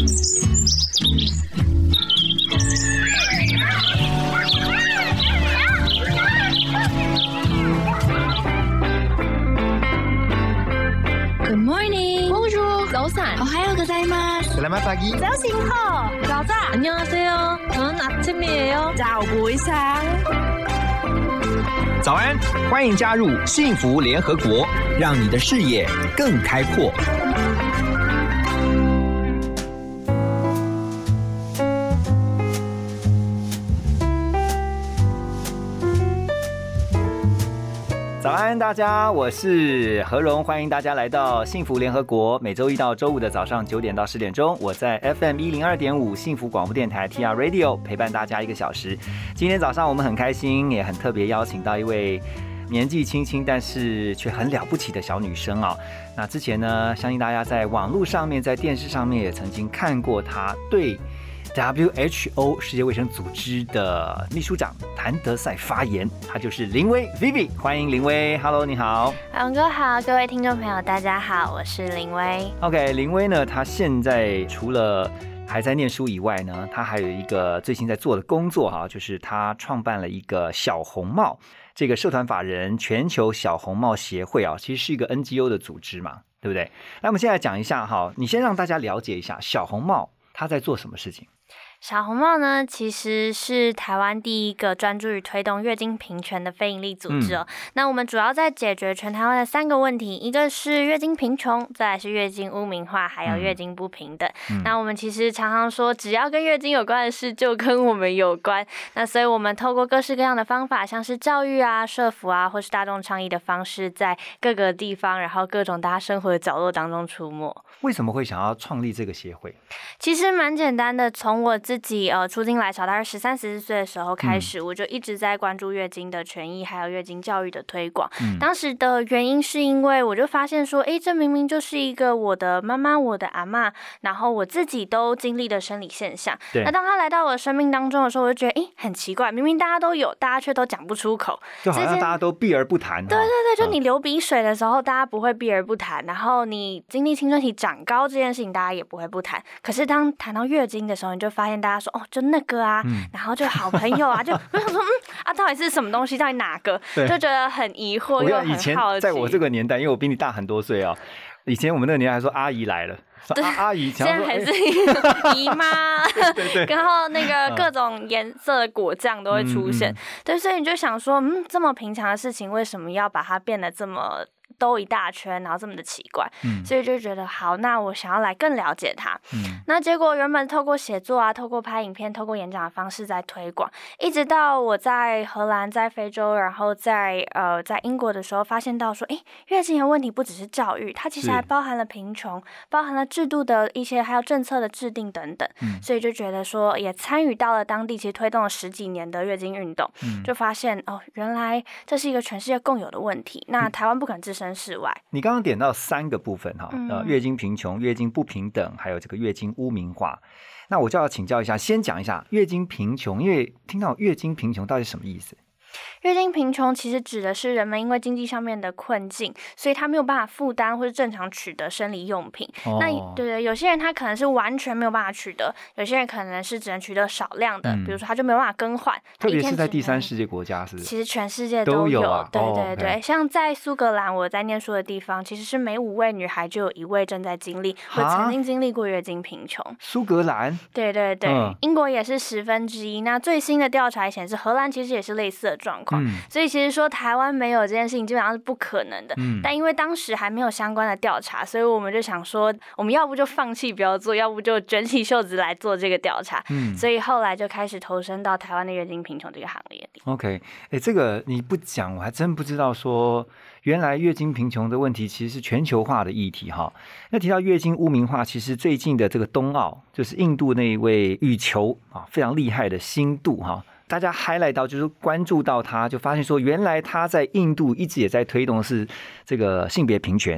Good morning. Bonjour. 早安. 오하요 고자이마스. Selamat pagi. 早醒好. 早安. 안녕하세요. 저는 아침이에요. 早不一상 早安，欢迎加入幸福联合国，让你的视野更开阔。早安，大家，我是何荣，欢迎大家来到幸福联合国。每周一到周五的早上9点到10点钟，我在 FM102.5 幸福广播电台 TR Radio 陪伴大家1个小时。今天早上我们很开心，也很特别邀请到一位年纪轻轻但是却很了不起的小女生啊。那之前呢，相信大家在网络上面、在电视上面也曾经看过她对WHO 世界卫生组织的秘书长谭德赛发言，他就是林薇 Vivi， 欢迎林薇 ，Hello， 你好， 荣哥好，各位听众朋友大家好，我是林薇。 OK， 林薇呢，她现在除了还在念书以外呢，她还有一个最近在做的工作哈，就是她创办了一个小红帽这个社团法人全球小红帽协会啊，其实是一个 NGO 的组织嘛，对不对？那我们现在讲一下哈，你先让大家了解一下小红帽它在做什么事情。 小红帽呢，其实是台湾第一个专注于推动月经平权的非营利组织哦。那我们主要在解决全台湾的3个问题，一个是月经贫穷，再来是月经污名化，还有月经不平等。那我们其实常常说，只要跟月经有关的事，就跟我们有关。那所以我们透过各式各样的方法，像是教育啊、社福啊，或是大众倡议的方式，在各个地方，然后各种大家生活的角落当中出没。 为什么会想要创立这个协会？ 其实蛮简单的，从我自己初经来潮，大概13、14岁的时候开始，我就一直在关注月经的权益，还有月经教育的推广。当时的原因是因为我就发现说，这明明就是一个我的妈妈、我的阿嬷，然后我自己都经历的生理现象。那当他来到我的生命当中的时候，我就觉得很奇怪，明明大家都有，大家却都讲不出口， 就好像大家都避而不谈。 对对对，就你流鼻水的时候，大家不会避而不谈，然后你经历青春期长高这件事情，大家也不会不谈。可是当谈到月经的时候，你就发现大家说就那个啊，然后就好朋友啊，就我想说到底是什么东西，到底哪个，就觉得很疑惑又很好奇。 以前在我这个年代，因为我比你大很多岁啊，以前我们那个年代还说阿姨来了。阿姨现在还是姨妈，对，然后那个各种颜色的果酱都会出现，对，所以你就想说，这么平常的事情，为什么要把它变得这么兜一大圈，然后这么的奇怪，所以就觉得好，那我想要来更了解它。那结果原本透过写作啊，透过拍影片，透过演讲的方式在推广，一直到我在荷兰、在非洲，然后在英国的时候，发现到说，月经的问题不只是教育，它其实还包含了贫穷，包含了制度的一些，还有政策的制定等等。所以就觉得说，也参与到了当地，其实推动了10几年的月经运动，就发现原来这是一个全世界共有的问题。那台湾不可能置身事外。 你刚刚点到3个部分哈，月经贫穷、月经不平等，还有这个月经污名化。那我就要请教一下，先讲一下月经贫穷，因为听到月经贫穷到底是什么意思？ 月经贫穷其实指的是人们因为经济上面的困境，所以他没有办法负担或是正常取得生理用品。那对，有些人他可能是完全没有办法取得，有些人可能是只能取得少量的，比如说他就没有办法更换。 特别是在第3世界国家，是不是？ 其实全世界都有啊。对对对，像在苏格兰我在念书的地方，其实是每5位女孩就有1位正在经历或曾经经历过月经贫穷。 苏格兰？ 对对对，英国也是1/10。那最新的调查显示，荷兰其实也是类似的状况。所以其实说台湾没有这件事情基本上是不可能的，但因为当时还没有相关的调查，所以我们就想说我们要不就放弃不要做，要不就卷起袖子来做这个调查。所以后来就开始投身到台湾的月经贫穷这个行列里。 OK， 这个你不讲我还真不知道说原来月经贫穷的问题其实是全球化的议题哈。那提到月经污名化，其实最近的这个冬奥就是印度那一位羽球非常厉害的新度哈，大家 highlight 到就是关注到他，就发现说原来他在印度一直也在推动的是这个性别平权，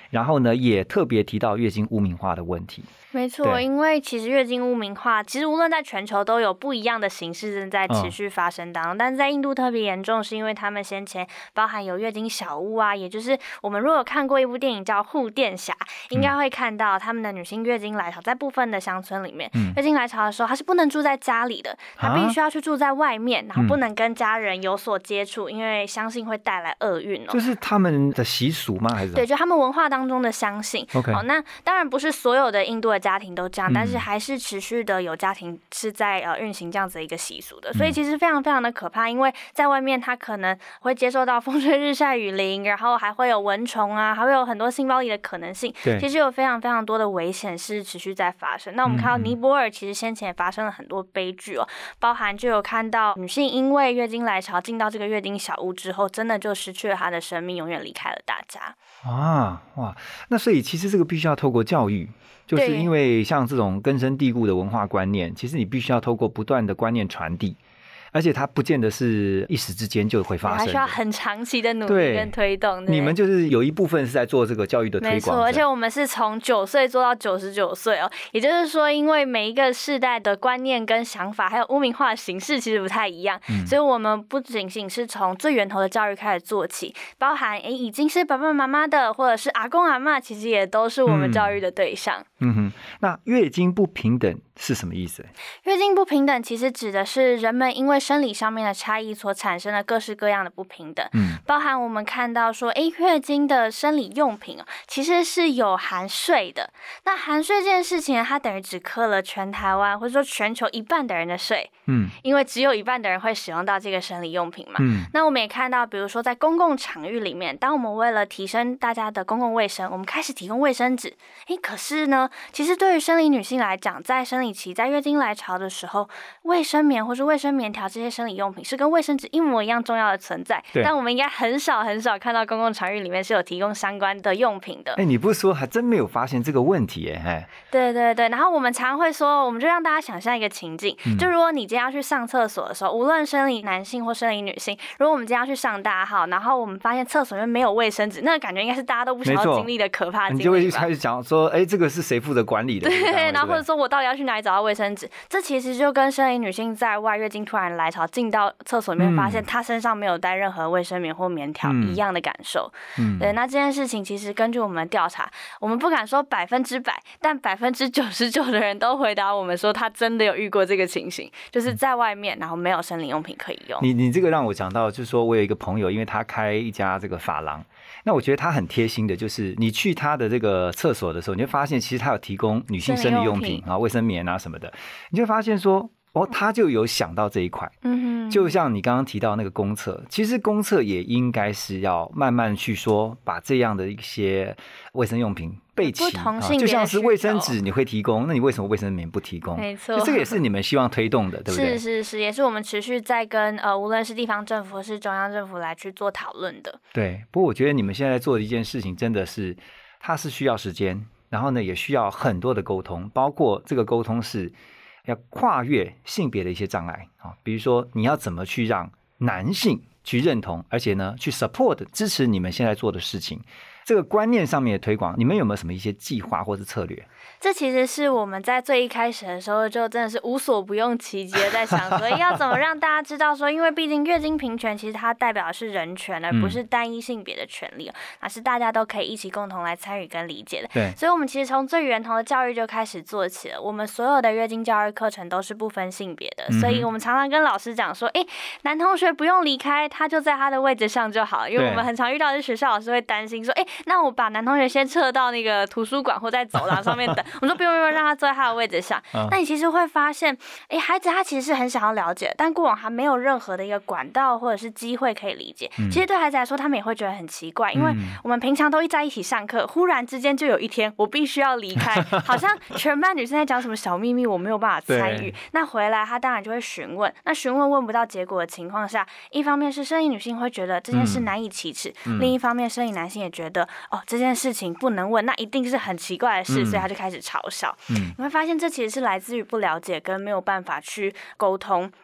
然后呢，也特别提到月经污名化的问题。 没错，因为其实月经污名化，其实无论在全球都有不一样的形式正在持续发生当中，但是在印度特别严重，是因为他们先前包含有月经小屋啊，也就是我们如果有看过一部电影叫《护垫侠》，应该会看到他们的女性月经来潮，在部分的乡村里面，月经来潮的时候，她是不能住在家里的，她必须要去住在外面，然后不能跟家人有所接触，因为相信会带来厄运哦。 就是他们的习俗吗？还是对，就他们文化当中的相信。 OK， 那当然不是所有的印度的家庭都这样，但是还是持续的有家庭是在运行这样子的一个习俗的，所以其实非常非常的可怕，因为在外面他可能会接受到风吹日晒雨淋，然后还会有蚊虫啊，还会有很多性暴力的可能性，其实有非常非常多的危险是持续在发生。那我们看到尼泊尔其实先前也发生了很多悲剧哦，包含就有看到女性因为月经来潮进到这个月经小屋之后，真的就失去了她的生命，永远离开了大家。 哇，那所以其实这个必须要透过教育，就是因为像这种根深蒂固的文化观念，其实你必须要透过不断的观念传递，而且它不见得是一时之间就会发生的， 还需要很长期的努力跟推动。 你们就是有一部分是在做这个教育的推广，没错， 而且我们是从9岁做到99岁哦，也就是说，因为每一个世代的观念跟想法，还有污名化的形式其实不太一样，所以我们不仅仅是从最源头的教育开始做起，包含已经是爸爸妈妈的，或者是阿公阿嬷，其实也都是我们教育的对象。 那月经不平等是什么意思？ 月经不平等其实指的是人们因为生理上面的差异所产生的各式各样的不平等，包含我们看到说，月经的生理用品其实是有含税的。那含税这件事情，它等于只课了全台湾或者说全球一半的人的税，因为只有一半的人会使用到这个生理用品嘛。那我们也看到，比如说在公共场域里面，当我们为了提升大家的公共卫生，我们开始提供卫生纸，可是呢，其实对于生理女性来讲，在生理期在月经来潮的时候，卫生棉或是卫生棉条这些生理用品是跟卫生纸一模一样重要的存在，但我们应该很少看到公共场域里面是有提供相关的用品的。 你不是说还真没有发现这个问题耶？ 对，然后我们常会说，我们就让大家想象一个情境，就如果你今天要去上厕所的时候，无论生理男性或生理女性，如果我们今天要去上大号，然后我们发现厕所里面没有卫生纸，那个感觉应该是大家都不想要经历的可怕经历吧。 你就会开始讲说，这个是谁负责管理的？ 对，然后或者说我到底要去哪里找到卫生纸？这其实就跟生理女性在外月经突然来潮进到厕所里面，发现她身上没有带任何卫生棉或棉条一样的感受。对，那这件事情其实根据我们的调查，我们不敢说100%，但99%的人都回答我们说，他真的有遇过这个情形，就是在外面然后没有生理用品可以用。 你这个让我想到，就是说我有一个朋友，因为他开一家这个发廊，那我觉得他很贴心的，就是你去他的这个厕所的时候，你会发现其实他有提供女性生理用品啊、卫生棉啊什么的，你就会发现说，他就有想到这一块。就像你刚刚提到那个公厕，其实公厕也应该是要慢慢去说，把这样的一些卫生用品备齐，就像是卫生纸你会提供，那你为什么卫生棉不提供？ 没错， 这个也是你们希望推动的，对不对？ 是，也是我们持续在跟无论是地方政府或是中央政府来去做讨论的。 对，不过我觉得你们现在做的一件事情真的是，它是需要时间，然后呢也需要很多的沟通，包括这个沟通是要跨越性别的一些障碍啊，比如说你要怎么去让男性去认同，而且呢去 support 支持你们现在做的事情，这个观念上面的推广，你们有没有什么一些计划或是策略？ 这其实是我们在最一开始的时候就真的是无所不用其极的在想说，要怎么让大家知道说，因为毕竟月经平权其实它代表的是人权，而不是单一性别的权利，而是大家都可以一起共同来参与跟理解的。 对， 所以我们其实从最源头的教育就开始做起了，我们所有的月经教育课程都是不分性别的，所以我们常常跟老师讲说，男同学不用离开，他就在他的位置上就好，因为我们很常遇到的是学校老师会担心说，那我把男同学先撤到那个图书馆或在走廊上面等，我们说不用，让他坐在他的位置上。那你其实会发现，孩子他其实是很想要了解，但过往还没有任何的一个管道或者是机会可以理解。其实对孩子来说，他们也会觉得很奇怪，因为我们平常都在一起上课，忽然之间就有一天我必须要离开，好像全班女生在讲什么小秘密，我没有办法参与。那回来他当然就会询问，那询问不到结果的情况下，一方面是生理女性会觉得这件事难以启齿，另一方面生理男性也觉得这件事情不能问，那一定是很奇怪的事，所以他就开始嘲笑。你会发现这其实是来自于不了解跟没有办法去沟通。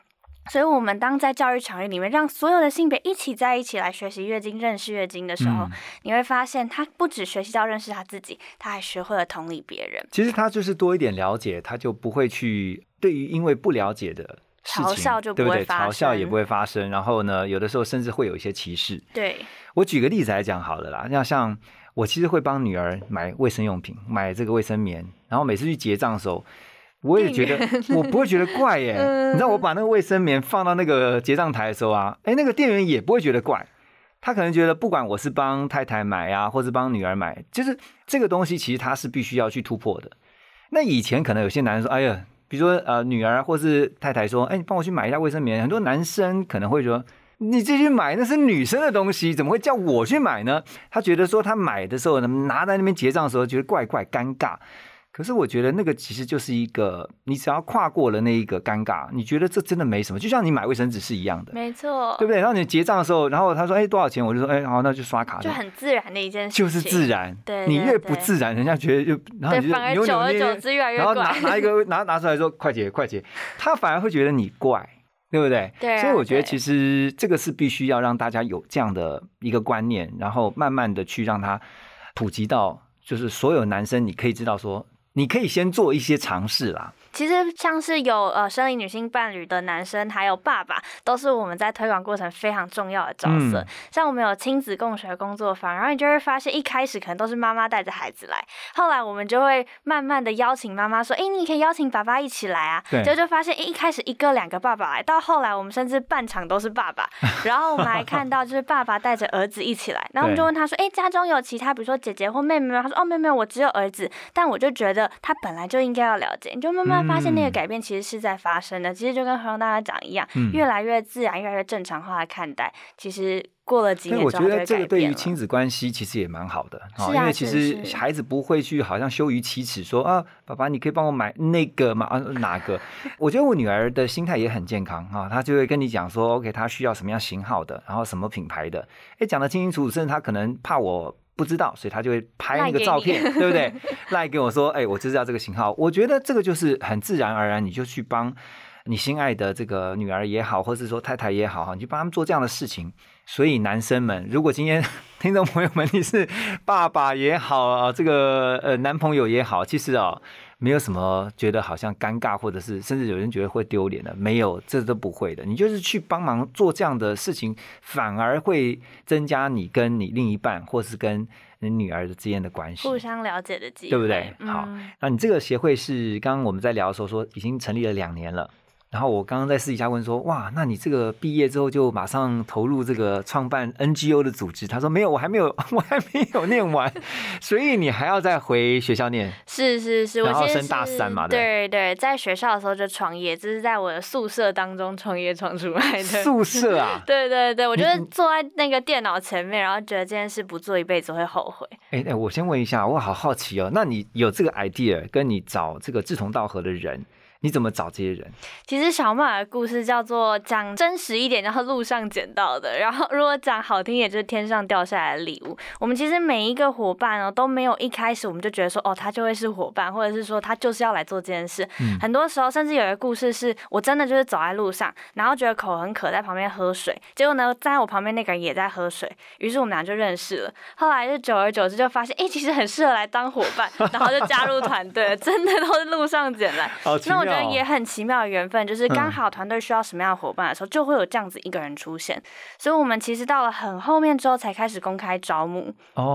所以我们当在教育场域里面让所有的性别一起在一起来学习月经、认识月经的时候，你会发现他不只学习到认识他自己，他还学会了同理别人。 其实他就是多一点了解，他就不会去对于因为不了解的事情嘲笑就不会发生， 对不对？嘲笑也不会发生，然后呢，有的时候甚至会有一些歧视。 对， 我举个例子来讲好了啦，像我其实会帮女儿买卫生用品，买这个卫生棉，然后每次去结账的时候，我也觉得我不会觉得怪耶。你知道我把那个卫生棉放到那个结账台的时候啊，那个店员也不会觉得怪，他可能觉得不管我是帮太太买啊，或是帮女儿买，就是这个东西其实他是必须要去突破的。那以前可能有些男人说，哎呀，比如说女儿或是太太说，你帮我去买一下卫生棉，很多男生可能会说，你自己去买那是女生的东西，怎么会叫我去买呢？他觉得说他买的时候拿在那边结账的时候觉得怪怪尴尬。可是我觉得那个其实就是一个，你只要跨过了那一个尴尬，你觉得这真的没什么，就像你买卫生纸是一样的， 没错， 对不对？然后你结账的时候，然后他说多少钱，我就说好，那就刷卡， 就很自然的一件事情， 就是自然。 对， 你越不自然，人家觉得然后你就反而久而久之越来越怪， 然后拿一个拿出来说快捷，他反而会觉得你怪，对不对？ 对啊， 所以我觉得其实这个是必须要让大家有这样的一个观念，然后慢慢的去让它普及到，就是所有男生你可以知道说，你可以先做一些尝试啦。 其实像是有生理女性伴侣的男生，还有爸爸，都是我们在推广过程非常重要的角色。像我们有亲子共学工作坊，然后你就会发现，一开始可能都是妈妈带着孩子来，后来我们就会慢慢的邀请妈妈说，你可以邀请爸爸一起来啊。结果就发现，一开始1个2个爸爸来，到后来我们甚至半场都是爸爸。然后我们还看到就是爸爸带着儿子一起来，然后我们就问他说，家中有其他比如说姐姐或妹妹吗？他说没有，我只有儿子。但我就觉得他本来就应该要了解，你就慢慢发现那个改变其实是在发生的。其实就跟何荣大家讲一样，越来越自然，越来越正常化的看待，其实过了几年之后就会改变了。 我觉得这个对于亲子关系其实也蛮好的，因为其实孩子不会去好像羞于启齿说爸爸你可以帮我买那个吗？哪个？我觉得我女儿的心态也很健康她就会跟你讲说 OK 她需要什么样型号的，然后什么品牌的，讲得清清楚楚，甚至她可能怕我不知道，所以他就会拍那个照片，对不对？赖给我说，我就知道这个型号。我觉得这个就是很自然而然，你就去帮你心爱的这个女儿也好，或是说太太也好，你就帮他们做这样的事情。所以男生们，如果今天听众朋友们你是爸爸也好，这个男朋友也好，其实没有什么觉得好像尴尬，或者是甚至有人觉得会丢脸的，没有，这都不会的。你就是去帮忙做这样的事情，反而会增加你跟你另一半或是跟你女儿之间的关系， 互相了解的机会， 对不对？好，那你这个协会是刚刚我们在聊的时候说已经成立了2年了。然后我刚刚在私底下问说，哇，那你这个毕业之后就马上投入这个创办 NGO 的组织？他说没有，我还没有念完，所以你还要再回学校念。 是， 然后升大3嘛， 对，在学校的时候就创业，这是在我的宿舍当中创业创出来的。 宿舍啊？ 对，我觉得坐在那个电脑前面，然后觉得这件事不做一辈子会后悔。 我先问一下，我好好奇那你有这个 idea， 跟你找这个志同道合的人，你怎么找这些人？ 其实小马的故事叫做讲真实一点，然后路上捡到的；然后如果讲好听一点，就是天上掉下来的礼物。我们其实每一个伙伴都没有一开始我们就觉得说他就会是伙伴，或者是说他就是要来做这件事。很多时候甚至有一个故事是我真的就是走在路上，然后觉得口很渴，在旁边喝水，结果呢站在我旁边那个人也在喝水，于是我们俩就认识了。后来就久而久之就发现其实很适合来当伙伴，然后就加入团队了。真的都是路上捡来。那我觉得也很奇妙的缘分，就是刚好团队需要什么样的伙伴的时候，就会有这样子一个人出现。所以我们其实到了很后面之后才开始公开招募。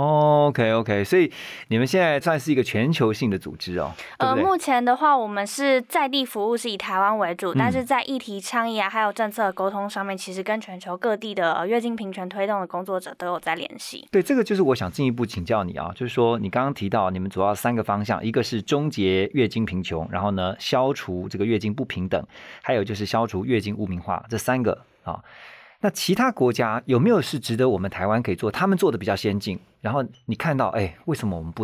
OK， 所以你们现在算是一个全球性的组织对不对？ 目前的话，我们是在地服务是以台湾为主，但是在议题倡议还有政策沟通上面，其实跟全球各地的月经平权推动的工作者都有在联系。 对，这个就是我想进一步请教你就是说你刚刚提到你们主要3个方向，一个是终结月经贫穷，然后呢消除这个月经不平等，还有就是消除月经污名化，这3个那其他国家有没有是值得我们台湾可以做，他们做的比较先进，然后你看到为什么我们不能？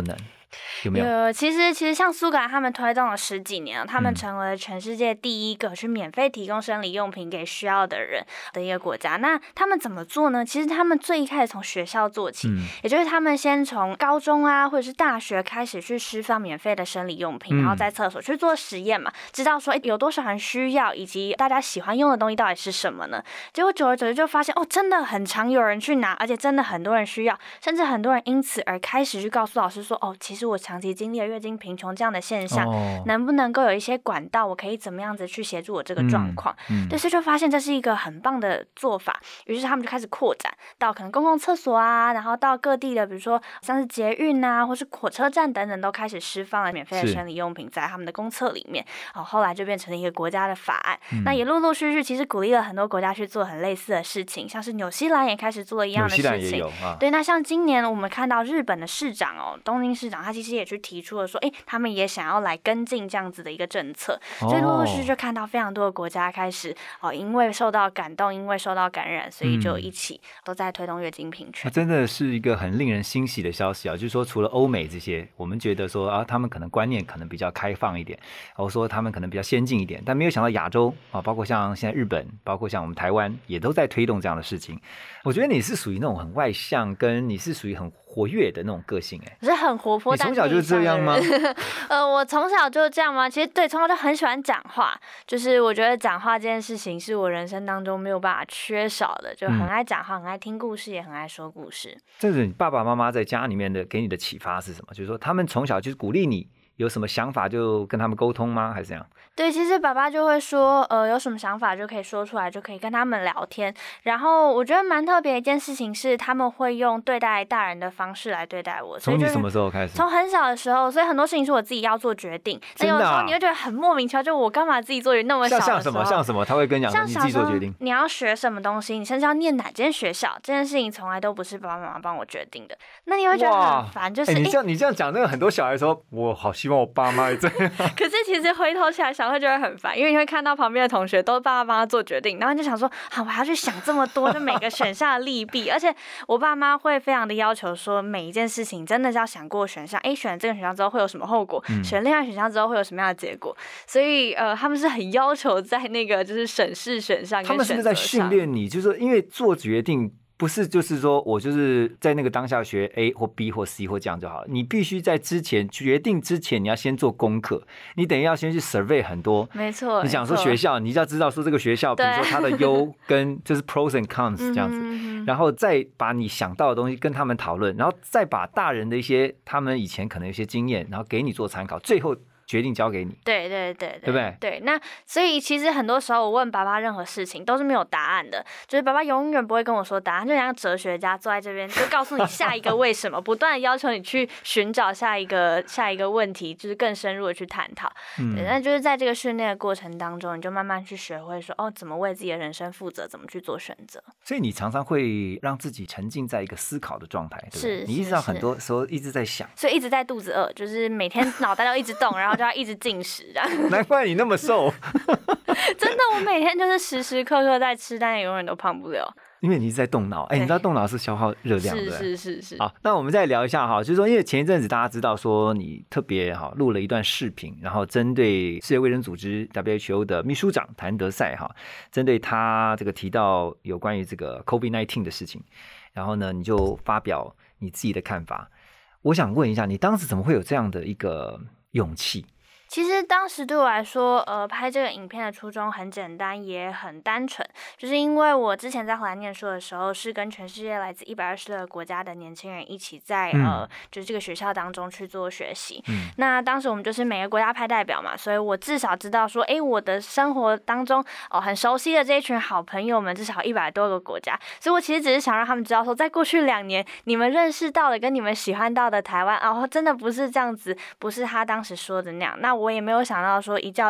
有没有？ 其实像苏格兰他们推动了10几年了，他们成为了全世界第一个去免费提供生理用品给需要的人的一个国家。那他们怎么做呢？其实他们最一开始从学校做起，也就是他们先从高中啊或者是大学开始去释放免费的生理用品，然后在厕所去做实验嘛，知道说有多少人需要，以及大家喜欢用的东西到底是什么呢？结果久而久之就发现真的很常有人去拿，而且真的很多人需要，甚至很多人因此而开始去告诉老师说其实我长期经历了月经贫穷这样的现象，能不能够有一些管道，我可以怎么样子去协助我这个状况？但是就发现这是一个很棒的做法，于是他们就开始扩展到可能公共厕所啊，然后到各地的比如说像是捷运啊或是火车站等等，都开始释放了免费的生理用品在他们的公厕里面。后来就变成了一个国家的法案，那也陆陆续续其实鼓励了很多国家去做很类似的事情，像是纽西兰也开始做了一样的事情。 纽西兰也有对，那像今年我们看到日本的市长东京市长，他其实也去提出了说他们也想要来跟进这样子的一个政策，所以陆陆续续就看到非常多的国家开始因为受到感动，因为受到感染，所以就一起都在推动月经平权。 真的是一个很令人欣喜的消息就是说除了欧美这些，我们觉得说他们可能观念可能比较开放一点，或者说他们可能比较先进一点，但没有想到亚洲包括像现在日本，包括像我们台湾也都在推动这样的事情。我觉得你是属于那种很外向，跟你是属于很活跃的那种个性我是很活泼。 你从小就是这样吗？ 我从小就这样吗？其实对，从小就很喜欢讲话，就是我觉得讲话这件事情是我人生当中没有办法缺少的，就很爱讲话，很爱听故事，也很爱说故事。 这是你爸爸妈妈在家里面的给你的启发是什么？就是说他们从小就是鼓励你有什么想法就跟他们沟通吗？还是这样？ 对，其实爸爸就会说有什么想法就可以说出来，就可以跟他们聊天。然后我觉得蛮特别的一件事情是，他们会用对待大人的方式来对待我。 从你什么时候开始？ 从很小的时候，所以很多事情是我自己要做决定。那有时候你会觉得很莫名其妙，就我干嘛自己做决定？那么小的时候像什么？他会跟你讲说你自己做决定。 你要学什么东西，你甚至要念哪间学校，这件事情从来都不是爸爸妈妈帮我决定的。那你会觉得很烦，就是你这样讲，那个很多小孩说，我好希望我爸妈也这样。 可是其实回头起来想，会觉得很烦，因为你会看到旁边的同学都爸妈帮他做决定，然后你就想说，我还要去想这么多，就每个选项的利弊，而且我爸妈会非常的要求说，每一件事情真的是要想过选项，选了这个选项之后会有什么后果，选另外选项之后会有什么样的结果，所以他们是很要求在那个就是审视选项跟选择上。他们是不是在训练你，就是说因为做决定不是就是说我就是在那个当下学 A 或 B 或 C 或这样就好了，你必须在决定之前你要先做功课，你等于要先去 survey 很多。 没错， 你想说学校，你就要知道说这个学校比如说它的优跟就是 pros and cons 这样子，然后再把你想到的东西跟他们讨论，然后再把大人的一些他们以前可能有些经验，然后给你做参考，最后决定交给你。 对，对不对？ 对，那所以其实很多时候我问爸爸任何事情都是没有答案的，就是爸爸永远不会跟我说答案，就像哲学家坐在这边就告诉你下一个为什么，不断的要求你去寻找下一个问题，就是更深入的去探讨。对，那就是在这个训练的过程当中，你就慢慢去学会说怎么为自己的人生负责，怎么去做选择。 所以你常常会让自己沉浸在一个思考的状态，对不对？ 是， 你一直到很多时候一直在想， 所以一直在肚子饿，就是每天脑袋都一直动，然后就要一直进食。 难怪你那么瘦。 真的，我每天就是时时刻刻在吃，但也永远都胖不了。 因为你一直在动脑，你知道动脑是消耗热量的。 是。 好，那我们再聊一下就是说，因为前一阵子大家知道说你特别录了一段视频，然后针对世界卫生组织 WHO 的秘书长谭德赛针对他这个提到有关于这个 COVID-19 的事情，然后呢，你就发表你自己的看法。我想问一下，你当时怎么会有这样的一个勇气？ 其实当时对我来说，拍这个影片的初衷很简单，也很单纯，就是因为我之前在荷兰念书的时候，是跟全世界来自126个国家的年轻人一起在就是这个学校当中去做学习。那当时我们就是每个国家派代表嘛，所以我至少知道说，我的生活当中很熟悉的这一群好朋友们，至少100多个国家，所以我其实只是想让他们知道说，在过去2年，你们认识到的跟你们喜欢到的台湾，真的不是这样子，不是他当时说的那样。那我也没有想到说一觉起来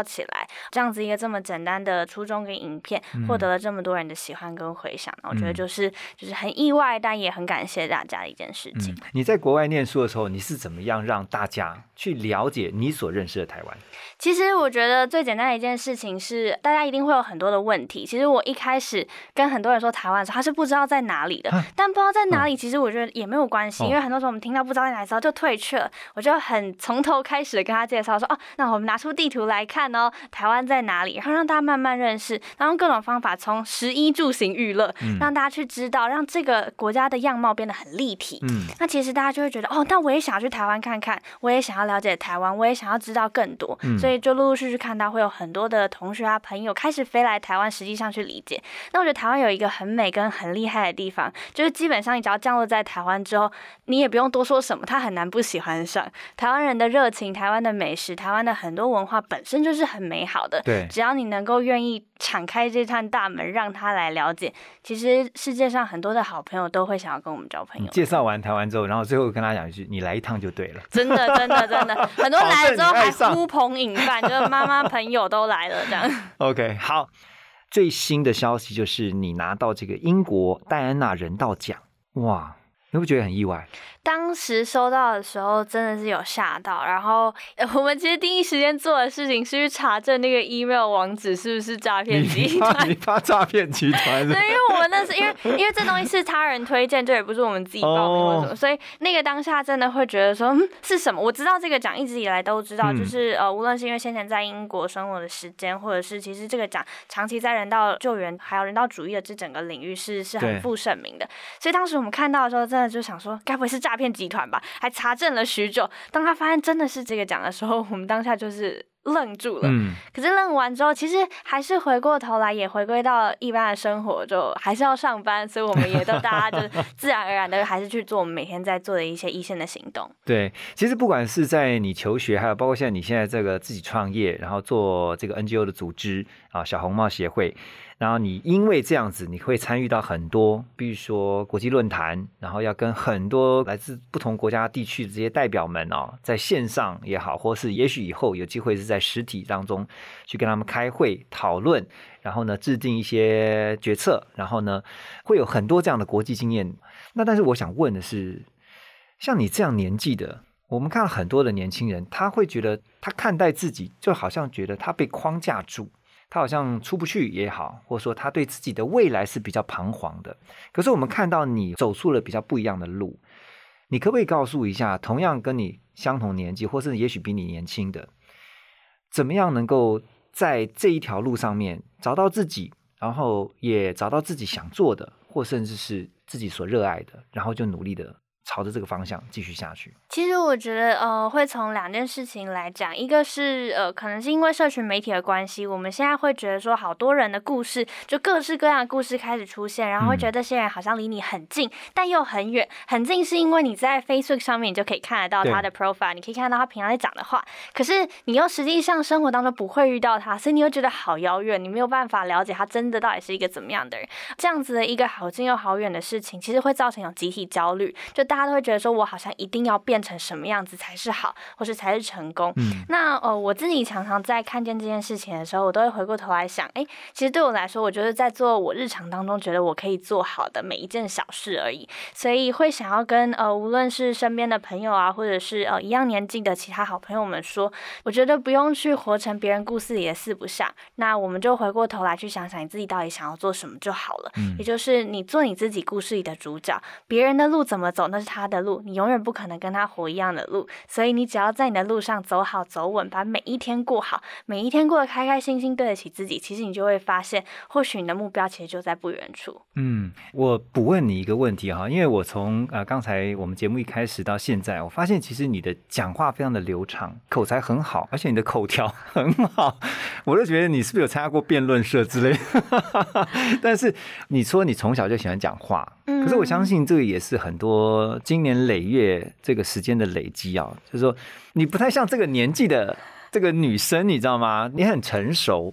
这样子一个这么简单的初衷跟影片，获得了这么多人的喜欢跟回响，我觉得就是很意外，但也很感谢大家的一件事情。 你在国外念书的时候，你是怎么样让大家去了解你所认识的台湾？ 其实我觉得最简单的一件事情是，大家一定会有很多的问题。其实我一开始跟很多人说台湾的时候，他是不知道在哪里的，但不知道在哪里，其实我觉得也没有关系，因为很多时候我们听到不知道在哪里的时候就退却了。我就很从头开始的跟他介绍说，那我们拿出地图来看哦，台湾在哪里，然后让大家慢慢认识，然后用各种方法从食衣住行娱乐，让大家去知道，让这个国家的样貌变得很立体。那其实大家就会觉得，那我也想要去台湾看看，我也想要了解台湾，我也想要知道更多，所以就陆陆续续看到会有很多的同学啊朋友开始飞来台湾，实际上去理解。那我觉得台湾有一个很美跟很厉害的地方，就是基本上你只要降落在台湾之后，你也不用多说什么，他很难不喜欢上。台湾人的热情，台湾的美食，台湾的很多文化本身就是很美好的。 对， 只要你能够愿意敞开这扇大门，让他来了解，其实世界上很多的好朋友都会想要跟我们交朋友。 介绍完台湾之后，然后最后跟他讲一句：“你来一趟就对了。” 真的，真的，真的，很多来了之后还呼朋引伴，就是妈妈朋友都来了这样。 OK， 好，最新的消息就是你拿到这个英国戴安娜人道奖，哇！你会不会觉得很意外？ 当时收到的时候真的是有吓到，然后我们其实第一时间做的事情是去查证那个 email 网址是不是诈骗集团。 你怕诈骗集团？ 对，因为我们那是因为这东西是他人推荐，这也不是我们自己报名或什么，所以那个当下真的会觉得说，是什么？我知道这个奖一直以来都知道，就是无论是因为先前在英国生活的时间，或者是其实这个奖长期在人道救援还有人道主义的这整个领域是很负盛名的，所以当时我们看到的时候，真的就想说，该不会是诈骗集团吧？还查证了许久。当他发现真的是这个奖的时候，我们当下就是愣住了。可是愣完之后，其实还是回过头来，也回归到一般的生活，就还是要上班，所以我们也都大家就自然而然的还是去做我们每天在做的一些一线的行动。 对，其实不管是在你求学，还有包括现在你现在这个自己创业，然后做这个 NGO 的组织啊，小红帽协会。然后你因为这样子，你会参与到很多，比如说国际论坛，然后要跟很多来自不同国家地区的这些代表们在线上也好，或是也许以后有机会是在实体当中去跟他们开会讨论，然后呢制定一些决策，然后呢会有很多这样的国际经验。那但是我想问的是，像你这样年纪的，我们看到很多的年轻人，他会觉得他看待自己就好像觉得他被框架住，他好像出不去也好，或者说他对自己的未来是比较彷徨的。可是我们看到你走出了比较不一样的路，你可不可以告诉一下，同样跟你相同年纪，或是也许比你年轻的，怎么样能够在这一条路上面找到自己，然后也找到自己想做的，或甚至是自己所热爱的，然后就努力的朝着这个方向继续下去？ 其实我觉得会从两件事情来讲，一个是可能是因为社群媒体的关系，我们现在会觉得说好多人的故事，就各式各样的故事开始出现，然后会觉得这些人好像离你很近，但又很远。很近是因为你在 Facebook 上面你就可以看得到他的 profile， 你可以看到他平常在讲的话，可是你又实际上生活当中不会遇到他，所以你又觉得好遥远，你没有办法了解他真的到底是一个怎么样的人。这样子的一个好近又好远的事情，其实会造成一种集体焦虑，就大家都会觉得说我好像一定要变成什么样子才是好，或是才是成功。那我自己常常在看见这件事情的时候，我都会回过头来想，其实对我来说，我觉得在做我日常当中觉得我可以做好的每一件小事而已，所以会想要跟无论是身边的朋友啊，或者是一样年纪的其他好朋友们说，我觉得不用去活成别人故事里的四不像，那我们就回过头来去想想你自己到底想要做什么就好了。也就是你做你自己故事里的主角，别人的路怎么走那是他的路，你永远不可能跟他活一样的路，所以你只要在你的路上走好走稳，把每一天过好，每一天过得开开心心，对得起自己，其实你就会发现或许你的目标其实就在不远处。 我补问你一个问题哈，因为我从刚才我们节目一开始到现在，我发现其实你的讲话非常的流畅，口才很好，而且你的口条很好，我都觉得你是不是有参加过辩论社之类但是你说你从小就喜欢讲话，可是我相信这个也是很多经年累月这个时间的累积啊，就是说你不太像这个年纪的这个女生，你知道吗？你很成熟，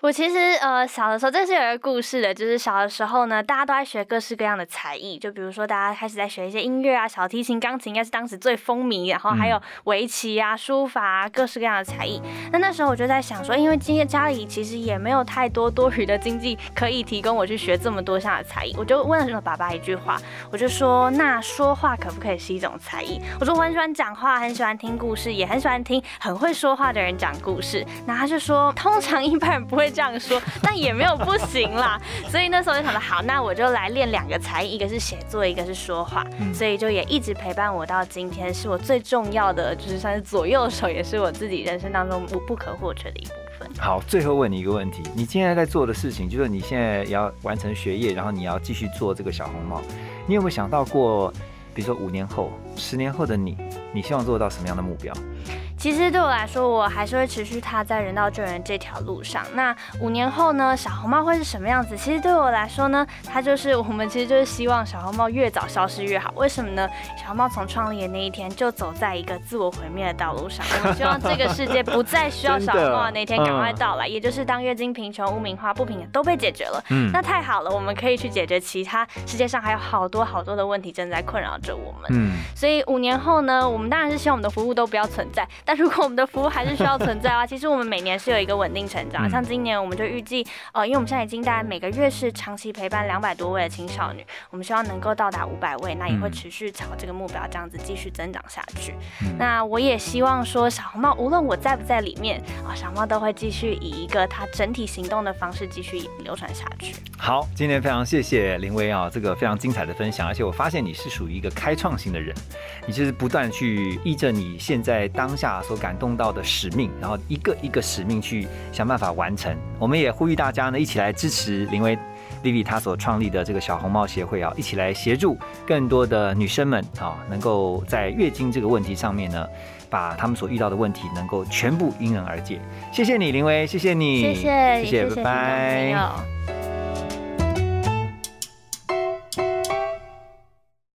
我其实小的时候，这是有一个故事的，就是小的时候呢，大家都在学各式各样的才艺，就比如说大家开始在学一些音乐啊，小提琴、钢琴应该是当时最风靡，然后还有围棋啊、书法啊，各式各样的才艺。那时候我就在想说，因为今天家里其实也没有太多多余的经济可以提供我去学这么多项的才艺，我就问了爸爸一句话，我就说，那说话可不可以是一种才艺？我说我很喜欢讲话，很喜欢听故事，也很喜欢听很会说话的人讲故事。那他就说，通常一般人不会这样说，但也没有不行啦。所以那时候就想说，好，那我就来练2个才艺，一个是写作，一个是说话。所以就也一直陪伴我到今天，是我最重要的，就是算是左右手，也是我自己人生当中不可或缺的一部分。 好，最后问你一个问题，你现在在做的事情，就是你现在要完成学业，然后你要继续做这个小红帽，你有没有想到过，比如说5年后、10年后的你希望做到什么样的目标？ 其实对我来说，我还是会持续踏在人道救援这条路上。那5年后呢，小红帽会是什么样子？其实对我来说呢，它就是我们其实就是希望小红帽越早消失越好。为什么呢？小红帽从创立的那一天就走在一个自我毁灭的道路上。我们希望这个世界不再需要小红帽的那天赶快到来，也就是当月经、贫穷、污名化、不平等都被解决了。那太好了，我们可以去解决其他世界上还有好多好多的问题正在困扰着我们。所以5年后呢，我们当然是希望我们的服务都不要存在。但如果我们的服务还是需要存在啊，其实我们每年是有一个稳定成长，像今年我们就预计，因为我们现在已经大概每个月是长期陪伴200多位的青少女，我们希望能够到达500位，那也会持续朝这个目标这样子继续增长下去。那我也希望说，小红帽无论我在不在里面，小红帽都会继续以一个它整体行动的方式继续流传下去。 好，今天非常谢谢林薇啊，这个非常精彩的分享，而且我发现你是属于一个开创型的人，你就是不断去依着你现在当下所感动到的使命，然后一个一个使命去想办法完成。我们也呼吁大家呢，一起来支持林薇Vivi 她所创立的这个小红帽协会啊，一起来协助更多的女生们啊，能够在月经这个问题上面呢，把他们所遇到的问题能够全部迎刃而解。谢谢你，林薇，谢谢你， 谢谢， 拜拜。